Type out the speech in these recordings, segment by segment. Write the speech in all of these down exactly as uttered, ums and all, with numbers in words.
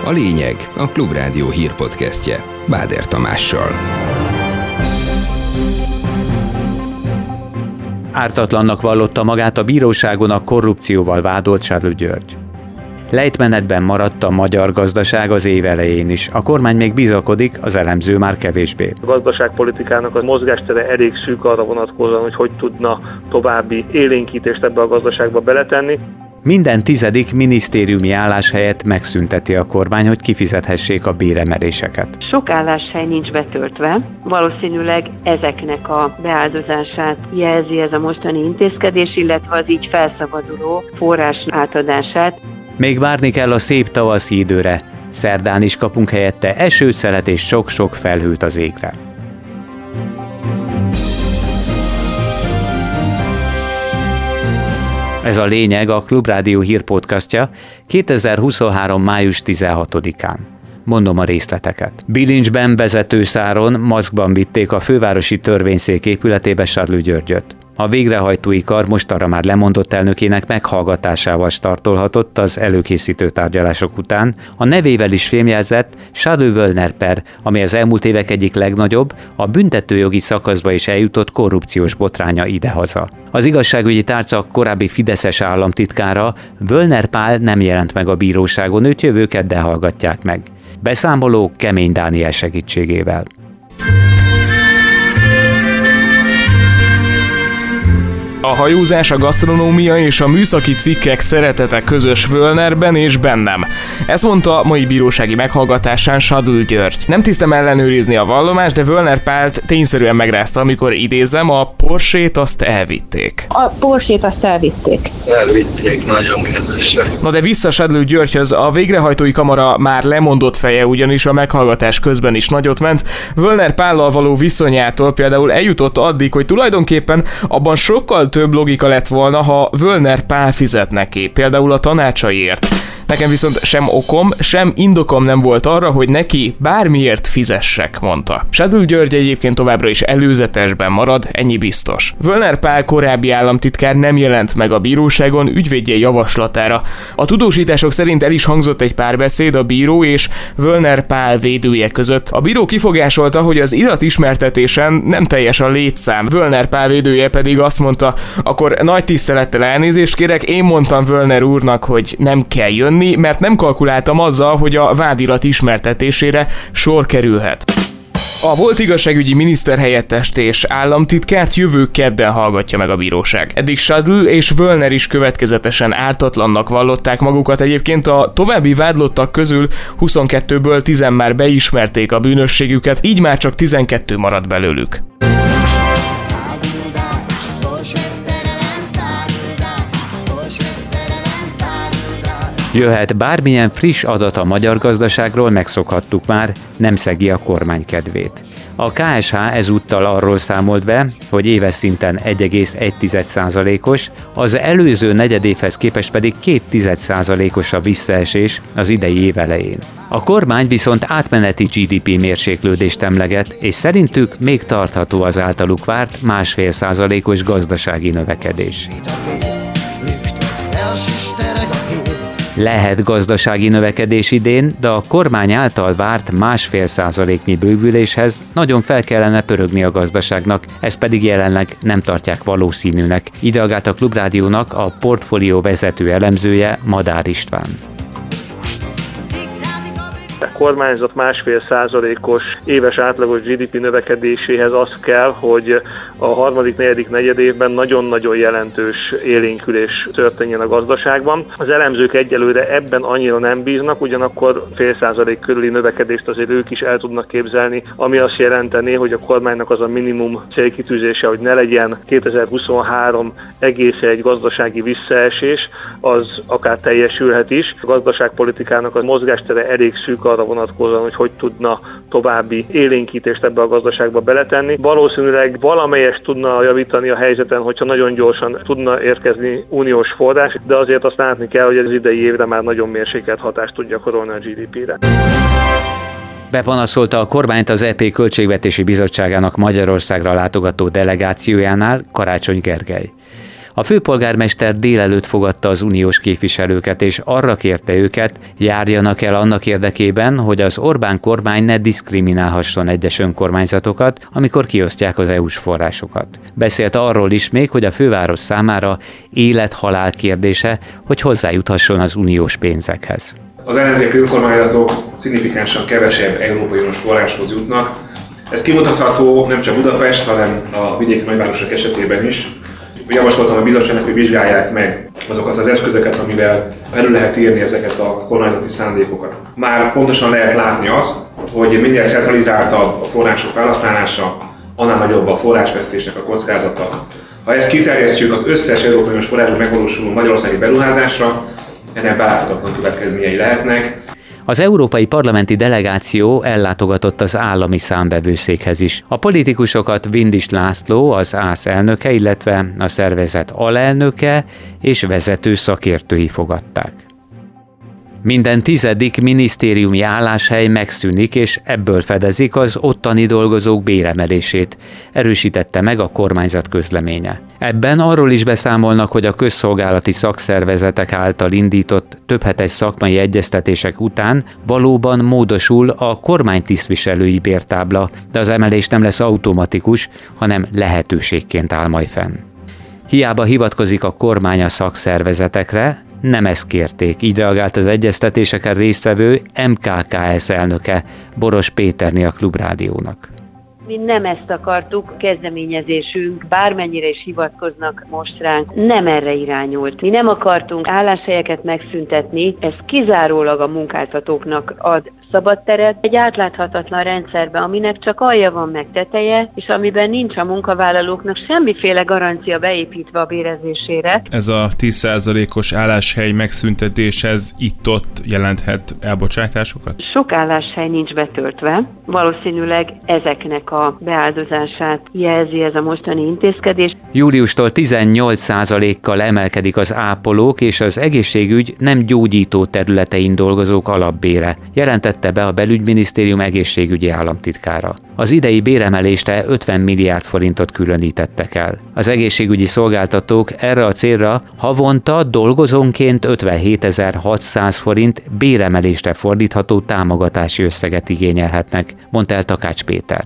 A lényeg a Klubrádió hírpodcastje Báder Tamással. Ártatlannak vallotta magát a bíróságon a korrupcióval vádolt Sadl György. Lejtmenetben maradt a magyar gazdaság az év elején is. A kormány még bizakodik, az elemző már kevésbé. A gazdaságpolitikának a mozgástere elég szűk arra vonatkozóan, hogy hogy tudna további élénkítést ebbe a gazdaságba beletenni. Minden tizedik minisztériumi álláshelyet megszünteti a kormány, hogy kifizethessék a béremeléseket. Sok álláshely nincs betöltve, valószínűleg ezeknek a beáldozását jelzi ez a mostani intézkedés, illetve az így felszabaduló forrás átadását. Még várni kell a szép tavaszi időre, szerdán is kapunk helyette esőszelet és sok-sok felhőt az égre. Ez a lényeg, a Klubrádió hírpodcastja kétezer-huszonhárom. május tizenhatodikán. Mondom a részleteket. Bilincsben vezetőszáron maszkban vitték a fővárosi törvényszék épületébe Sadl Györgyöt. A végrehajtói kar mostanra már lemondott elnökének meghallgatásával startolhatott az előkészítő tárgyalások után. A nevével is fémjelzett Sadl-Wöllner per, ami az elmúlt évek egyik legnagyobb, a büntetőjogi szakaszba is eljutott korrupciós botránya idehaza. Az igazságügyi tárca korábbi fideszes államtitkára, Wöllner Pál nem jelent meg a bíróságon, őt jövő keddel hallgatják meg. Beszámoló Kemény Dániel segítségével. A hajózás, a gasztronómia és a műszaki cikkek szeretete közös Wöllnerben és bennem. Ezt mondta a mai bírósági meghallgatásán Sadl György. Nem tisztem ellenőrizni a vallomást, de Wöllner Pált tényszerűen megrázta, amikor idézem, a Porsét azt elvitték. A Porsét azt elvitték. Elvitték, nagyon kedvesek. Na de vissza Sadl Györgyhöz, a végrehajtói kamara már lemondott feje, ugyanis a meghallgatás közben is nagyot ment. Wöllner Pállal való viszonyától például eljutott addig, hogy tulajdonképpen abban sokkal több logika lett volna, ha Wöllner Pál fizet neki, például a tanácsaiért. Nekem viszont sem okom, sem indokom nem volt arra, hogy neki bármiért fizessek, mondta. Sadl György egyébként továbbra is előzetesben marad, ennyi biztos. Wöllner Pál korábbi államtitkár nem jelent meg a bíróságon ügyvédje javaslatára. A tudósítások szerint el is hangzott egy párbeszéd a bíró és Wöllner Pál védője között. A bíró kifogásolta, hogy az iratismertetésen nem teljes a létszám. Wöllner Pál védője pedig azt mondta, akkor nagy tisztelettel elnézést kérek, én mondtam Wöllner úrnak, hogy nem kell jönni, mert nem kalkuláltam azzal, hogy a vádirat ismertetésére sor kerülhet. A volt igazságügyi miniszterhelyettest és államtitkárt jövő kedden hallgatja meg a bíróság. Eddig Sadl és Wöllner is következetesen ártatlannak vallották magukat, egyébként a további vádlottak közül huszonkettőből tízen már beismerték a bűnösségüket, így már csak tizenkettő maradt belőlük. Jöhet bármilyen friss adat a magyar gazdaságról, megszokhattuk már, nem szegi a kormány kedvét. A ká es há ezúttal arról számolt be, hogy éves szinten egy egész egy százalékos, az előző negyedévhez képest pedig két százalékos a visszaesés az idei év elején. A kormány viszont átmeneti gé dé pé mérséklődést emleget, és szerintük még tartható az általuk várt másfél százalékos gazdasági növekedés. Lehet gazdasági növekedés idén, de a kormány által várt másfél százaléknyi bővüléshez nagyon fel kellene pörögni a gazdaságnak, ezt pedig jelenleg nem tartják valószínűnek. Így reagált a Klubrádiónak a portfólió vezető elemzője, Madár István. A kormányzat másfél százalékos éves átlagos gé dé pé növekedéséhez az kell, hogy a harmadik, negyedik negyedévben nagyon-nagyon jelentős élénkülés történjen a gazdaságban. Az elemzők egyelőre ebben annyira nem bíznak, ugyanakkor fél százalék körüli növekedést azért ők is el tudnak képzelni, ami azt jelenteni, hogy a kormánynak az a minimum célkitűzése, hogy ne legyen kétezer-huszonhárom egész egy gazdasági visszaesés, az akár teljesülhet is. A gazdaságpolitikának a mozgástere elég szűk arra vonatkozóan, hogy hogy tudna további élénkítést ebbe a gazdaságba beletenni. Valószínűleg valamelyest tudna javítani a helyzeten, hogyha nagyon gyorsan tudna érkezni uniós forrás, de azért azt látni kell, hogy az idei évre már nagyon mérsékelt hatást tud gyakorolni a gé dé pére. Bepanaszolta a kormányt az é pé Költségvetési Bizottságának Magyarországra látogató delegációjánál Karácsony Gergely. A főpolgármester délelőtt fogadta az uniós képviselőket, és arra kérte őket, járjanak el annak érdekében, hogy az Orbán kormány ne diszkriminálhasson egyes önkormányzatokat, amikor kiosztják az é u-s forrásokat. Beszélt arról is még, hogy a főváros számára élet-halál kérdése, hogy hozzájuthasson az uniós pénzekhez. Az ellenzéki önkormányzatok szignifikánsan kevesebb európai uniós forráshoz jutnak. Ez kimutatható nem csak Budapest, hanem a vidéki nagyvárosok esetében is. Javasoltam a bizottságnak, hogy vizsgálják meg azokat az eszközöket, amivel elő lehet írni ezeket a kormányzati szándékokat. Már pontosan lehet látni azt, hogy minél centralizáltabb a források felhasználása, annál nagyobb a forrásvesztésnek a kockázata. Ha ezt kiterjesztjük az összes európai uniós forrásban megvalósuló magyarországi beruházásra, ennek beláthatatlan következményei lehetnek. Az európai parlamenti delegáció ellátogatott az állami számvevőszékhez is. A politikusokat Vindis László, az ÁSZ elnöke, illetve a szervezet alelnöke és vezető szakértői fogadták. Minden tizedik minisztériumi álláshely megszűnik, és ebből fedezik az ottani dolgozók béremelését, erősítette meg a kormányzat közleménye. Ebben arról is beszámolnak, hogy a közszolgálati szakszervezetek által indított többhetes szakmai egyeztetések után valóban módosul a kormánytisztviselői bértábla, de az emelés nem lesz automatikus, hanem lehetőségként áll majd fenn. Hiába hivatkozik a kormány a szakszervezetekre, nem ezt kérték, így reagált az egyeztetéseken résztvevő em ká ká es elnöke, Boros Péterné a Klubrádiónak. Mi nem ezt akartuk, kezdeményezésünk, bármennyire is hivatkoznak most ránk, nem erre irányult. Mi nem akartunk álláshelyeket megszüntetni, ez kizárólag a munkáltatóknak ad szabad teret egy átláthatatlan rendszerben, aminek csak alja van meg teteje, és amiben nincs a munkavállalóknak semmiféle garancia beépítve a bérezésére. Ez a tíz százalékos álláshely megszüntetés, ez itt-ott jelenthet elbocsátásokat? Sok álláshely nincs betöltve, valószínűleg ezeknek a beáldozását jelzi ez a mostani intézkedés. Júliustól tizennyolc százalékkal emelkedik az ápolók és az egészségügy nem gyógyító területein dolgozók alapbére, jelentette be a Belügyminisztérium egészségügyi államtitkára. Az idei béremelésre ötven milliárd forintot különítettek el. Az egészségügyi szolgáltatók erre a célra havonta dolgozónként ötvenhétezer-hatszáz forint béremelésre fordítható támogatási összeget igényelhetnek, mondta el Takács Péter.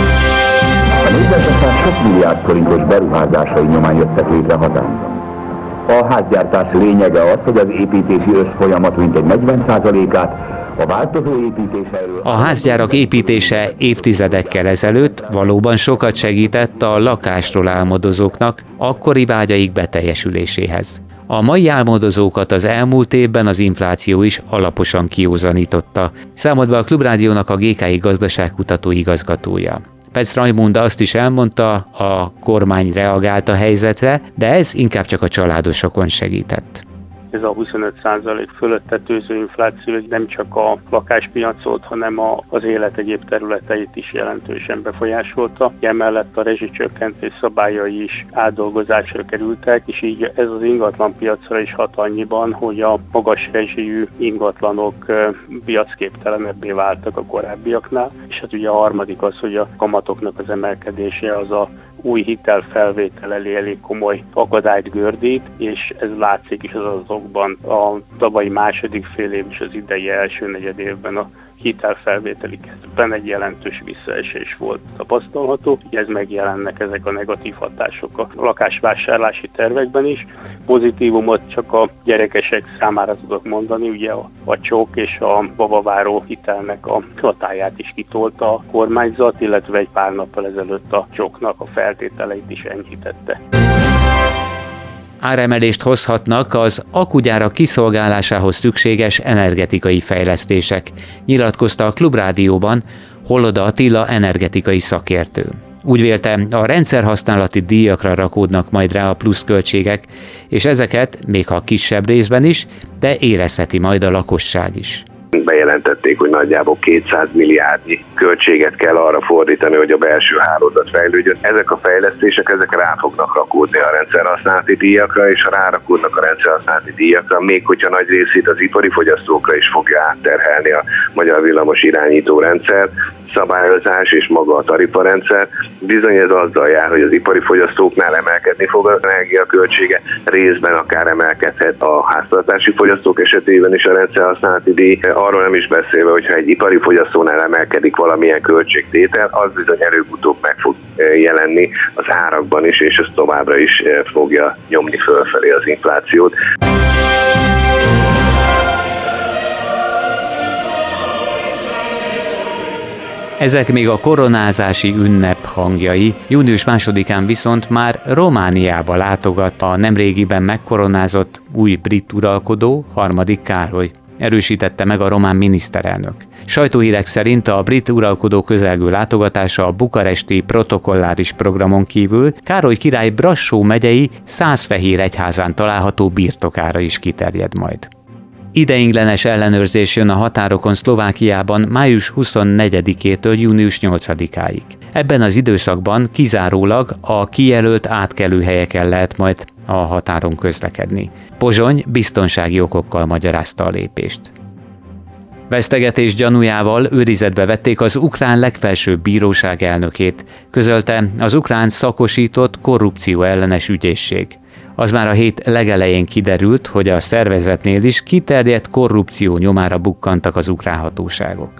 A négyzetessel sok milliárd forintos beruházásai nyomán jöttek létre hazánkban. A házgyártás lényege az, hogy az építési összfolyamat mintegy negyven százalékát a változó építéséről... A házgyárak építése évtizedekkel ezelőtt valóban sokat segített a lakásról álmodozóknak akkori vágyaik beteljesüléséhez. A mai álmodozókat az elmúlt évben az infláció is alaposan kiózanította, számolt be a Klubrádiónak a gé ká i gazdaságkutató igazgatója. Petsz Rajmunda azt is elmondta, a kormány reagált a helyzetre, de ez inkább csak a családosokon segített. Ez a huszonöt százalék fölött tetőző infláció nem csak a lakáspiacot, hanem a, az élet egyéb területeit is jelentősen befolyásolta. Emellett a rezsicsökkentés szabályai is átdolgozásra kerültek, és így ez az ingatlanpiacra is hat annyiban, hogy a magas rezsijű ingatlanok piacképtelenebbé váltak a korábbiaknál. És hát ugye a harmadik az, hogy a kamatoknak az emelkedése az a új hitelfelvétel elé elég komoly akadályt gördít, és ez látszik is az adatokban. A tavalyi második fél év és az idei első negyed évben a hitelfelvételi kezdetben egy jelentős visszaesés volt tapasztalható. Ez megjelennek ezek a negatív hatások a lakásvásárlási tervekben is. Pozitívumot csak a gyerekesek számára tudok mondani, ugye a, a csók és a babaváró hitelnek a hatályát is kitolta a kormányzat, illetve egy pár nappal ezelőtt a csóknak a feltételeit is enyhítette. Áremelést hozhatnak az akkugyárak kiszolgálásához szükséges energetikai fejlesztések, nyilatkozta a Klubrádióban Holoda Attila energetikai szakértő. Úgy vélte, a rendszerhasználati díjakra rakódnak majd rá a pluszköltségek, és ezeket, még ha kisebb részben is, de érezheti majd a lakosság is. Bejelentették, hogy nagyjából kétszáz milliárdnyi költséget kell arra fordítani, hogy a belső hálózat fejlődjön. Ezek a fejlesztések, ezek rá fognak rakódni a rendszerhasználati díjakra, és ha rárakódnak a rendszerhasználati díjakra, még hogyha nagy részét az ipari fogyasztókra is fogja átterhelni a magyar villamos irányító rendszer, szabályozás és maga a tarifarendszer, bizony ez azzal jár, hogy az ipari fogyasztóknál emelkedni fog az energiaköltsége, részben akár emelkedhet a háztartási fogyasztók esetében is a rendszerhasználati díj. Arról nem is beszélve, hogyha egy ipari fogyasztónál emelkedik valamilyen költségtétel, az bizony előbb-utóbb meg fog jelenni az árakban is, és ez továbbra is fogja nyomni fölfelé az inflációt. Ezek még a koronázási ünnep hangjai, június másodikán viszont már Romániába látogat a nemrégiben megkoronázott új brit uralkodó, harmadik Károly, erősítette meg a román miniszterelnök. Sajtóhírek szerint a brit uralkodó közelgő látogatása a bukaresti protokolláris programon kívül Károly király Brassó megyei Százfehéregyházán található birtokára is kiterjed majd. Ideiglenes ellenőrzés jön a határokon Szlovákiában május huszonnegyedikétől június nyolcadikáig. Ebben az időszakban kizárólag a kijelölt átkelőhelyeken lehet majd a határon közlekedni. Pozsony biztonsági okokkal magyarázta a lépést. Vesztegetés gyanújával őrizetbe vették az ukrán legfelsőbb bíróság elnökét, közölte az ukrán szakosított korrupció ellenes ügyészség. Az már a hét legelején kiderült, hogy a szervezetnél is kiterjedt korrupció nyomára bukkantak az ukrán hatóságok.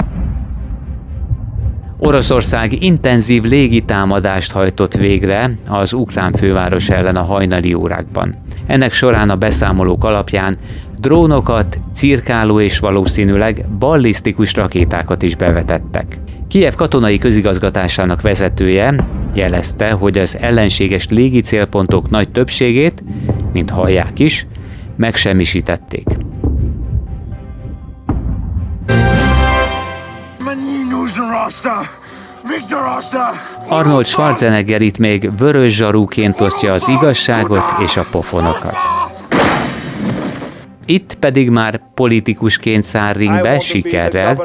Oroszország intenzív légitámadást hajtott végre az ukrán főváros ellen a hajnali órákban. Ennek során a beszámolók alapján drónokat, cirkáló és valószínűleg ballisztikus rakétákat is bevetettek. Kijev katonai közigazgatásának vezetője jelezte, hogy az ellenséges légicélpontok nagy többségét, mint hallják is, megsemmisítették. Arnold Schwarzenegger itt még vörös zsarúként osztja az igazságot és a pofonokat. Itt pedig már politikusként száll ringbe sikerrel.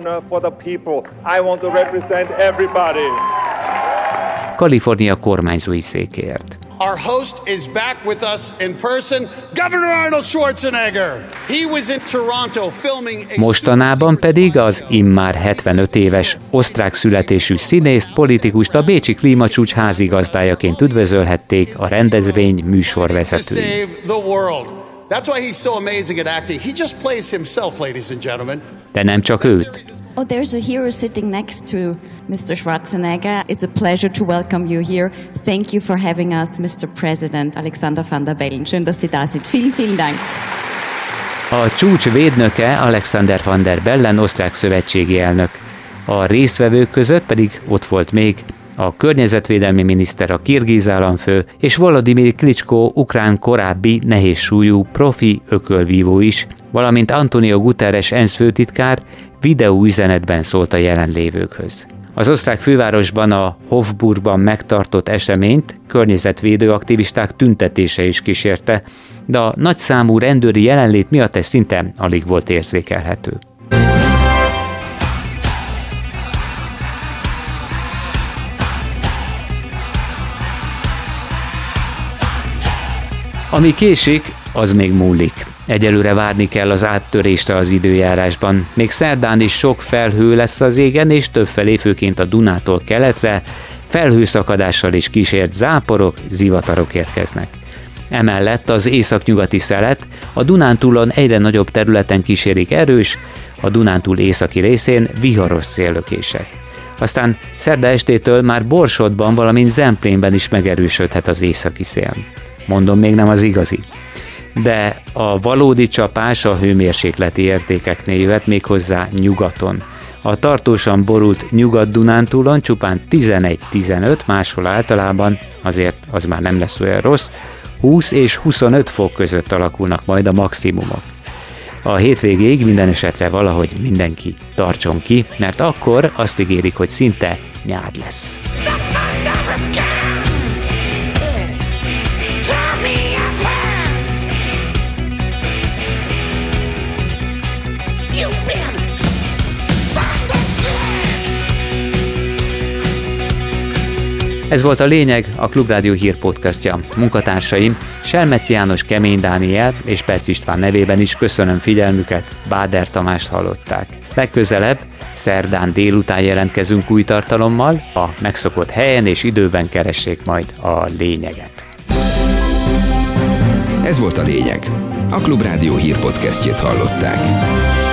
Kalifornia kormányzói székéért. Our host is back with us in person, Governor Arnold Schwarzenegger. He was in Toronto filming a Mostanában pedig az immár hetvenöt éves osztrák születésű színészt, politikust a bécsi klímacsúcs házigazdájaként üdvözölhették a rendezvény műsorvezetői. That's why he's so amazing at acting. He just plays himself, ladies and gentlemen. De nem csak őt. Oh, there's a hero sitting next to mister Schwarzenegger. It's a pleasure to welcome you here. Thank you for having us, mister President Alexander Van der Bellen. Schön, dass Sie da sind. Vielen, vielen Dank. A csúcs védnöke Alexander Van der Bellen, osztrák szövetségi elnök. A résztvevők között pedig ott volt még a környezetvédelmi miniszter, a kirgiz államfő és Volodymyr Klicsko, ukrán korábbi nehézsúlyú profi ökölvívó is, valamint Antonio Guterres ENSZ főtitkár videóüzenetben szólt a jelenlévőkhöz. Az osztrák fővárosban a Hofburgban megtartott eseményt környezetvédő aktivisták tüntetése is kísérte, de a nagyszámú rendőri jelenlét miatt ez szinte alig volt érzékelhető. Ami késik, az még múlik. Egyelőre várni kell az áttörésre az időjárásban. Még szerdán is sok felhő lesz az égen, és többfelé, főként a Dunától keletre, felhőszakadással is kísért záporok, zivatarok érkeznek. Emellett az északnyugati szelet a Dunántúlon egyre nagyobb területen kísérik erős, a Dunántúl északi részén viharos széllökések. Aztán szerda estétől már Borsodban, valamint Zemplénben is megerősödhet az északi szél. Mondom, még nem az igazi. De a valódi csapás a hőmérsékleti értékeknél jöhet, méghozzá nyugaton. A tartósan borult Nyugat-Dunántúlon csupán tizenegy-tizenöt, máshol általában, azért az már nem lesz olyan rossz, húsz és huszonöt fok között alakulnak majd a maximumok. A hétvégéig minden esetre valahogy mindenki tartson ki, mert akkor azt ígérik, hogy szinte nyár lesz. Ez volt a lényeg, a Klubrádió hírpodcastja. Munkatársaim Selmeci János, Kemény Dániel és Perc István nevében is köszönöm figyelmüket, Báder Tamást hallották. Legközelebb szerdán délután jelentkezünk új tartalommal, a megszokott helyen és időben keressék majd a lényeget. Ez volt a lényeg. A Klubrádió hírpodcastjét hallották.